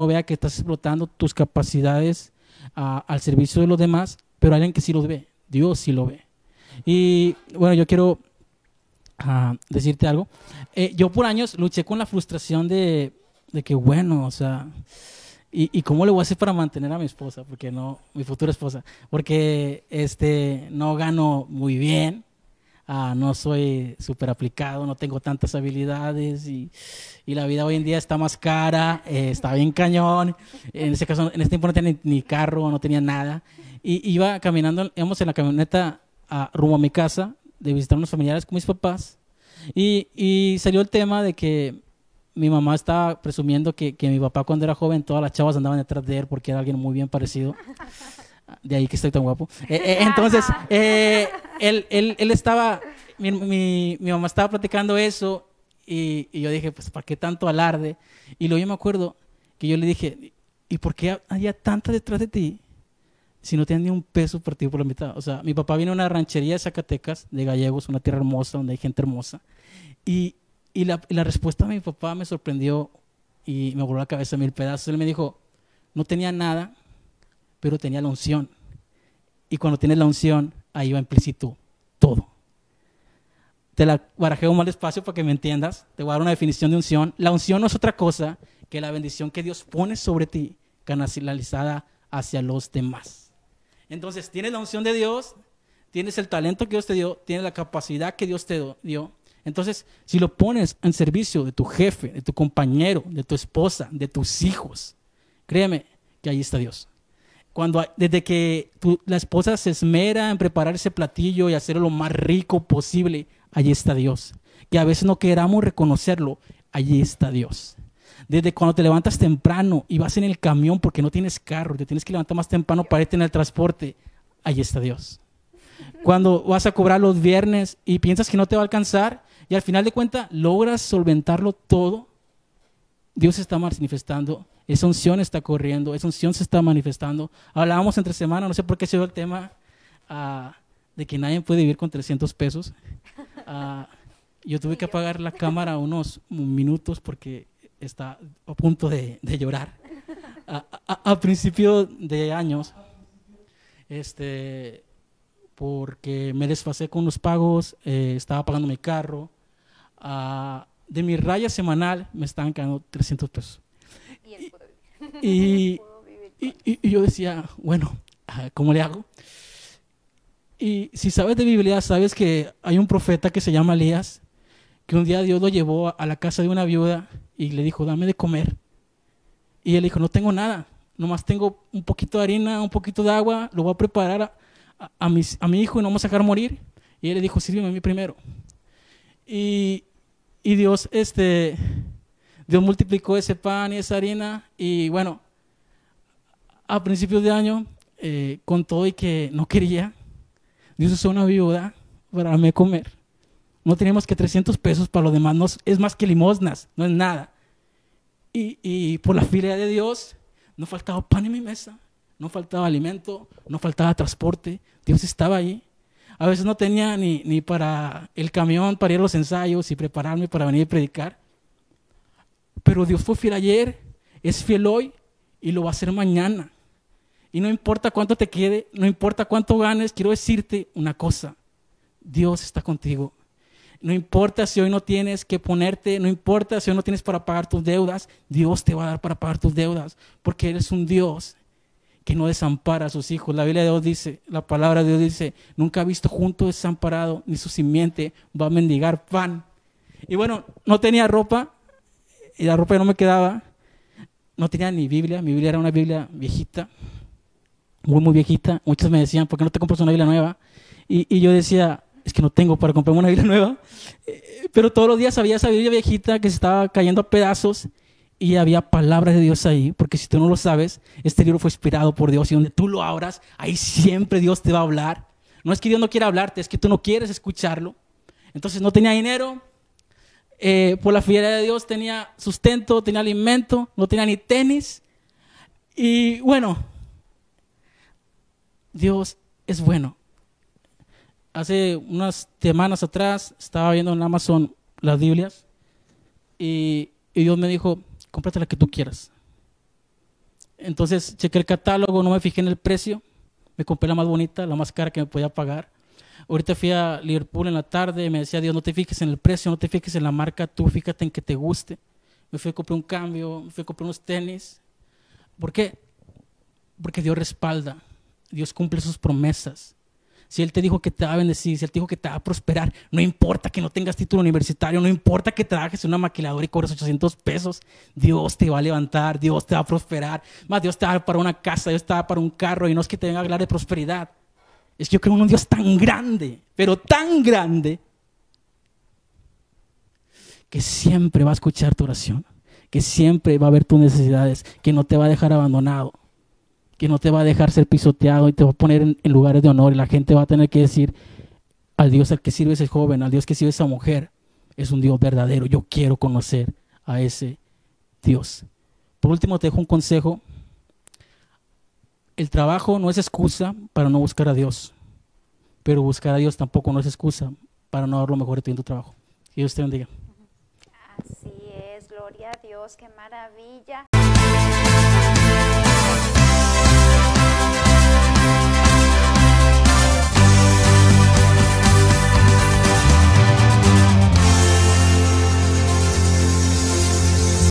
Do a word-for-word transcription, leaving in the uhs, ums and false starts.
vea que estás explotando tus capacidades uh, al servicio de los demás, pero hay alguien que sí lo ve, Dios sí lo ve. Y bueno, yo quiero uh, decirte algo. Eh, yo por años luché con la frustración de, de que, bueno, o sea, y, y cómo le voy a hacer para mantener a mi esposa, porque no, mi futura esposa, porque este, no gano muy bien. Uh, no soy súper aplicado, no tengo tantas habilidades y, y la vida hoy en día está más cara, eh, está bien cañón. En ese caso, en ese tiempo no tenía ni, ni carro, no tenía nada. Y iba caminando, íbamos en la camioneta uh, rumbo a mi casa de visitar a unos familiares con mis papás y, y salió el tema de que mi mamá estaba presumiendo que, que mi papá cuando era joven todas las chavas andaban detrás de él porque era alguien muy bien parecido. De ahí que estoy tan guapo. Eh, eh, entonces, eh, él, él, él estaba, mi, mi, mi mamá estaba platicando eso y, y yo dije, pues, ¿para qué tanto alarde? Y luego yo me acuerdo que yo le dije, ¿y por qué había tanta detrás de ti si no tienes ni un peso partido por la mitad? O sea, mi papá vino a una ranchería de Zacatecas, de Gallegos, una tierra hermosa, donde hay gente hermosa. Y, y, la, y la respuesta de mi papá me sorprendió y me voló la cabeza a mil pedazos. Él me dijo, no tenía nada, pero tenía la unción. Y cuando tienes la unción, ahí va implícito todo. Te la barajeo más despacio para que me entiendas. Te voy a dar una definición de unción. La unción no es otra cosa que la bendición que Dios pone sobre ti, canalizada hacia los demás. Entonces, tienes la unción de Dios, tienes el talento que Dios te dio, tienes la capacidad que Dios te dio. Entonces, si lo pones en servicio de tu jefe, de tu compañero, de tu esposa, de tus hijos, créeme que ahí está Dios. Cuando, desde que tu, la esposa se esmera en preparar ese platillo y hacerlo lo más rico posible, allí está Dios. Que a veces no queramos reconocerlo, allí está Dios. Desde cuando te levantas temprano y vas en el camión porque no tienes carro, te tienes que levantar más temprano para irte en el transporte, allí está Dios. Cuando vas a cobrar los viernes y piensas que no te va a alcanzar y al final de cuentas logras solventarlo todo, Dios está manifestando. Esa unción está corriendo, esa unción se está manifestando. Hablábamos entre semana, no sé por qué se dio el tema uh, de que nadie puede vivir con trescientos pesos. Uh, yo tuve que apagar la cámara unos minutos porque está a punto de, de llorar. Uh, a, a principio de años, este, porque me desfasé con los pagos, eh, estaba pagando mi carro. Uh, de mi raya semanal me estaban quedando trescientos pesos. Y, y, y, y yo decía, bueno, ¿cómo le hago? Y si sabes de Biblia, sabes que hay un profeta que se llama Elías, que un día Dios lo llevó a la casa de una viuda y le dijo, dame de comer. Y él dijo, no tengo nada, nomás tengo un poquito de harina, un poquito de agua, lo voy a preparar a, a, a, mis, a mi hijo y no vamos a dejar morir. Y él le dijo, sírveme a mí primero. Y, y Dios, este... Dios multiplicó ese pan y esa harina y bueno, a principios de año, eh, con todo y que no quería, Dios usó una viuda para darme comer. No teníamos que trescientos pesos para lo demás, no, es más que limosnas, no es nada. Y, y por la fidelidad de Dios, no faltaba pan en mi mesa, no faltaba alimento, no faltaba transporte, Dios estaba ahí. A veces no tenía ni, ni para el camión, para ir a los ensayos y prepararme para venir a predicar. Pero Dios fue fiel ayer, es fiel hoy y lo va a hacer mañana. Y no importa cuánto te quede, no importa cuánto ganes, quiero decirte una cosa, Dios está contigo. No importa si hoy no tienes que ponerte, no importa si hoy no tienes para pagar tus deudas, Dios te va a dar para pagar tus deudas, porque eres un Dios que no desampara a sus hijos. La Biblia de Dios dice, la palabra de Dios dice, nunca ha visto junto desamparado, ni su simiente va a mendigar pan. Y bueno, no tenía ropa, y la ropa no me quedaba, no tenía ni Biblia, mi Biblia era una Biblia viejita, muy muy viejita, muchos me decían, ¿por qué no te compras una Biblia nueva? Y, y yo decía, es que no tengo para comprarme una Biblia nueva, eh, pero todos los días había esa Biblia viejita que se estaba cayendo a pedazos y había palabras de Dios ahí, porque si tú no lo sabes, este libro fue inspirado por Dios y donde tú lo abras, ahí siempre Dios te va a hablar. No es que Dios no quiera hablarte, es que tú no quieres escucharlo. Entonces no tenía dinero. Eh, por la fidelidad de Dios tenía sustento, tenía alimento, no tenía ni tenis. Y bueno, Dios es bueno. Hace unas semanas atrás estaba viendo en Amazon las Biblias y, y Dios me dijo, cómprate la que tú quieras. Entonces chequé el catálogo, no me fijé en el precio, me compré la más bonita, la más cara que me podía pagar. Ahorita fui a Liverpool en la tarde, me decía Dios, no te fijes en el precio, no te fijes en la marca, tú fíjate en que te guste. Me fui a comprar un cambio, me fui a comprar unos tenis. ¿Por qué? Porque Dios respalda, Dios cumple sus promesas. Si Él te dijo que te va a bendecir, si Él te dijo que te va a prosperar, no importa que no tengas título universitario, no importa que trabajes en una maquiladora y cobres ochocientos pesos, Dios te va a levantar, Dios te va a prosperar. Más Dios te va a dar para una casa, Dios te va a dar para un carro, y no es que te venga a hablar de prosperidad. Es que yo creo en un Dios tan grande, pero tan grande, que siempre va a escuchar tu oración, que siempre va a ver tus necesidades, que no te va a dejar abandonado, que no te va a dejar ser pisoteado y te va a poner en, en lugares de honor, y la gente va a tener que decir, al Dios al que sirve ese joven, al Dios que sirve esa mujer, es un Dios verdadero. Yo quiero conocer a ese Dios. Por último, te dejo un consejo. El trabajo no es excusa para no buscar a Dios, pero buscar a Dios tampoco no es excusa para no dar lo mejor de ti en tu trabajo. Que Dios te bendiga. Así es, gloria a Dios, qué maravilla.